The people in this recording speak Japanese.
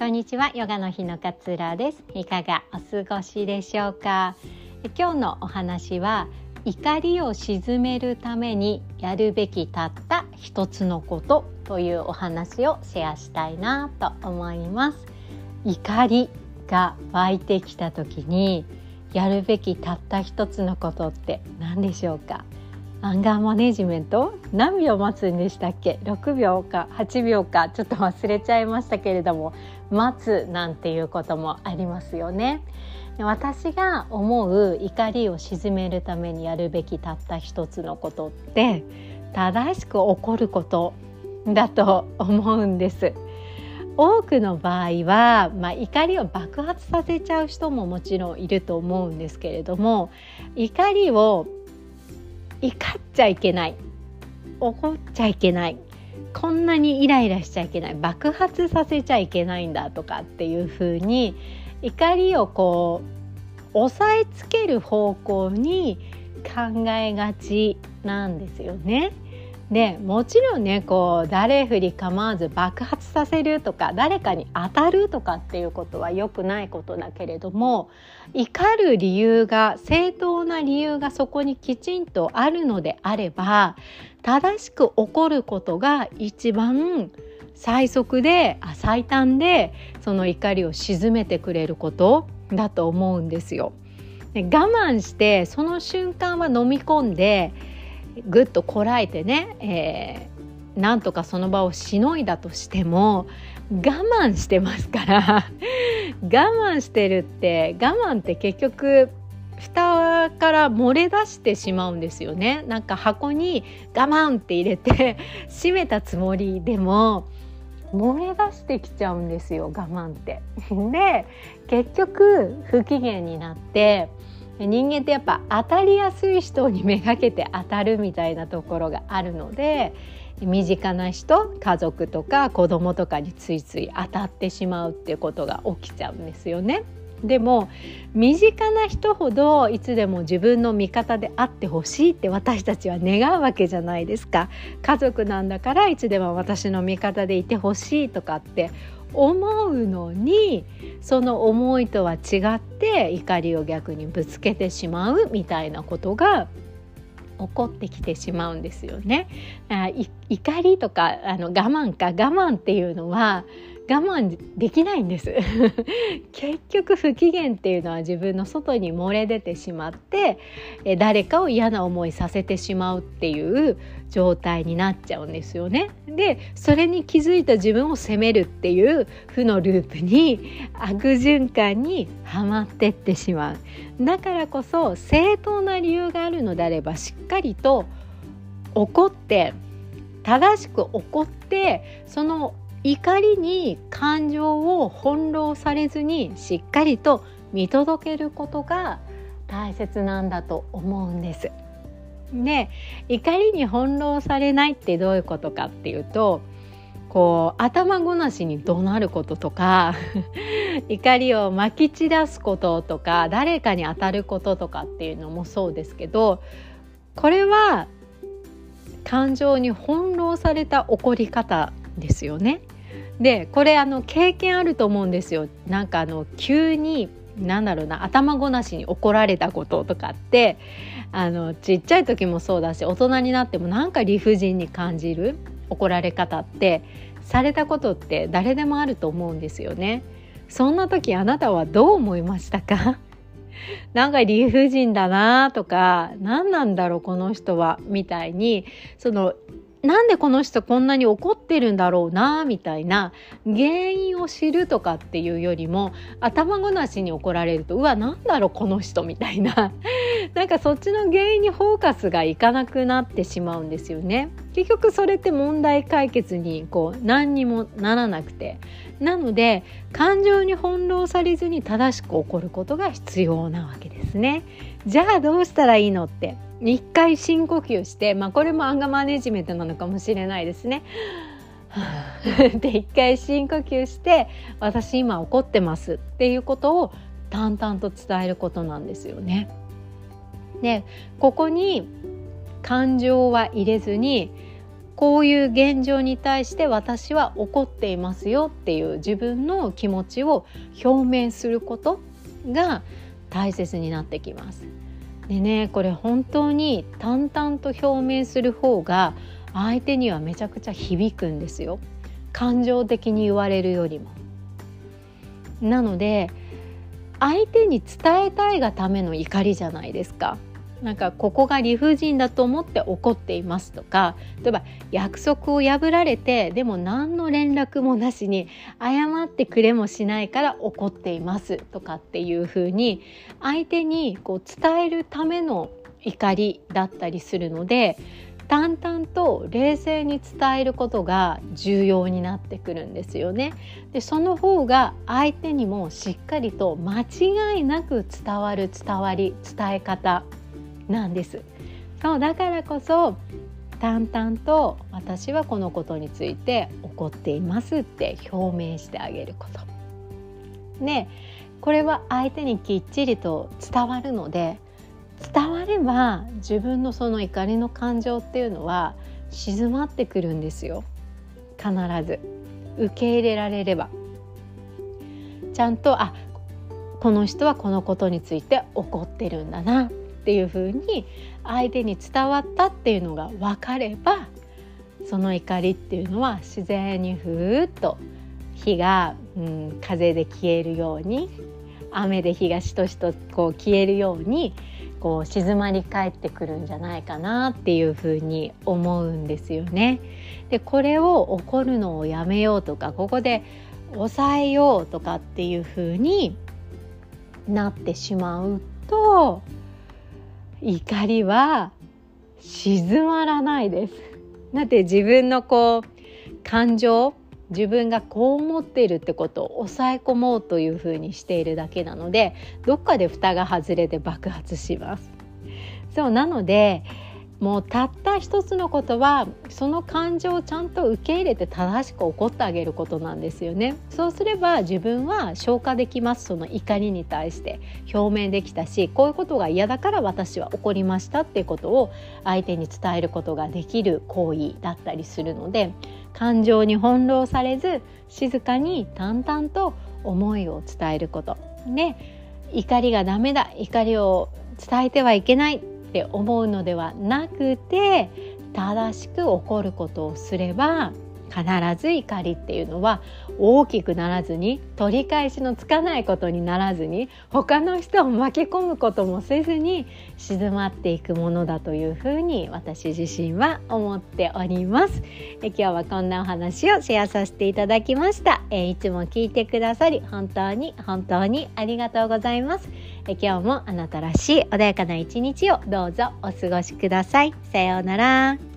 こんにちは、ヨガの日の勝浦です。いかがお過ごしでしょうか。今日のお話は、怒りを鎮めるためにやるべきたった一つのことというお話をシェアしたいなと思います。怒りが湧いてきた時にやるべきたった一つのことって何でしょうか。アンガーマネジメント、何秒待つんでしたっけ。6秒か8秒かちょっと忘れちゃいましたけれども、待つなんていうこともありますよね。私が思う怒りを鎮めるためにやるべきたった一つのことって、正しく怒ることだと思うんです。多くの場合は、怒りを爆発させちゃう人ももちろんいると思うんですけれども、怒っちゃいけない、怒っちゃいけない、こんなにイライラしちゃいけない、爆発させちゃいけないんだとかっていう風に怒りを抑えつける方向に考えがちなんですよね。でもちろんね、誰振り構わず爆発させるとか誰かに当たるとかっていうことは良くないことだけれども、怒る理由が、正当な理由がそこにきちんとあるのであれば、正しく怒ることが一番最短でその怒りを鎮めてくれることだと思うんですよ。で我慢してその瞬間は飲み込んでぐっとこらえてね、なんとかその場をしのいだとしても我慢してますから我慢してるって、我慢って結局蓋から漏れ出してしまうんですよね。なんか箱に我慢って入れて閉めたつもりでも漏れ出してきちゃうんですよ、我慢ってで結局不機嫌になって、人間ってやっぱ当たりやすい人にめがけて当たるみたいなところがあるので、身近な人、家族とか子供とかについつい当たってしまうっていうことが起きちゃうんですよね。でも身近な人ほどいつでも自分の味方であってほしいって私たちは願うわけじゃないですか。家族なんだからいつでも私の味方でいてほしいとかって思うのに、その思いとは違って怒りを逆にぶつけてしまうみたいなことが起こってきてしまうんですよね。怒りとか我慢っていうのは我慢できないんです結局不機嫌っていうのは自分の外に漏れ出てしまって、誰かを嫌な思いさせてしまうっていう状態になっちゃうんですよね。でそれに気づいた自分を責めるっていう負のループに、悪循環にはまってってしまう。だからこそ正当な理由があるのであれば、しっかりと正しく怒って、その怒りに感情を翻弄されずにしっかりと見届けることが大切なんだと思うんです。で、怒りに翻弄されないってどういうことかっていうと、頭ごなしに怒鳴ることとか怒りをまき散らすこととか、誰かに当たることとかっていうのもそうですけど、これは感情に翻弄された怒り方ですよね。でこれ経験あると思うんですよ。なんか急に頭ごなしに怒られたこととかって、ちっちゃい時もそうだし大人になってもなんか理不尽に感じる怒られ方ってされたことって誰でもあると思うんですよね。そんな時あなたはどう思いましたかなんか理不尽だなとか、何なんだろうこの人はみたいに、なんでこの人こんなに怒ってるんだろうなみたいな原因を知るとかっていうよりも、頭ごなしに怒られると、なんだろうこの人みたいななんかそっちの原因にフォーカスがいかなくなってしまうんですよね。結局それって問題解決に何にもならなくて、なので感情に翻弄されずに正しく怒ることが必要なわけですね。じゃあどうしたらいいのって、一回深呼吸して、これもアンガーマネジメントなのかもしれないですねで一回深呼吸して、私今怒ってますっていうことを淡々と伝えることなんですよね。でここに感情は入れずに、 こういう現状に対して私は怒っていますよっていう自分の気持ちを表明することが大切になってきます。でね、これ本当に淡々と表明する方が相手にはめちゃくちゃ響くんですよ。感情的に言われるよりも。なので相手に伝えたいがための怒りじゃないですか。なんかここが理不尽だと思って怒っていますとか、例えば約束を破られてでも何の連絡もなしに謝ってくれもしないから怒っていますとかっていう風に相手にこう伝えるための怒りだったりするので、淡々と冷静に伝えることが重要になってくるんですよね。でその方が相手にもしっかりと間違いなく伝わる伝え方なんです。そうだからこそ淡々と私はこのことについて怒っていますって表明してあげることで、これは相手にきっちりと伝わるので、伝われば自分のその怒りの感情っていうのは静まってくるんですよ。必ず受け入れられれば、ちゃんとこの人はこのことについて怒ってるんだなっていうふうに相手に伝わったっていうのが分かれば、その怒りっていうのは自然にふーっと火が、風で消えるように、雨で火がしとしとこう消えるようにこう静まり返ってくるんじゃないかなっていうふうに思うんですよね。でこれを怒るのをやめようとか、ここで抑えようとかっていうふうになってしまうと、怒りは静まらないです。だって自分の感情、自分がこう思っているってことを抑え込もうというふうにしているだけなので、どっかで蓋が外れて爆発します。そうなので、もうたった一つのことはその感情をちゃんと受け入れて正しく怒ってあげることなんですよね。そうすれば自分は消化できます。その怒りに対して表明できたし、こういうことが嫌だから私は怒りましたっていうことを相手に伝えることができる行為だったりするので、感情に翻弄されず静かに淡々と思いを伝えることで、怒りがダメだ、怒りを伝えてはいけないって思うのではなくて、正しく怒ることをすれば必ず怒りっていうのは大きくならずに、取り返しのつかないことにならずに、他の人を巻き込むこともせずに静まっていくものだというふうに私自身は思っております。今日はこんなお話をシェアさせていただきました。いつも聞いてくださり本当にありがとうございます。今日もあなたらしい穏やかな一日をどうぞお過ごしください。さようなら。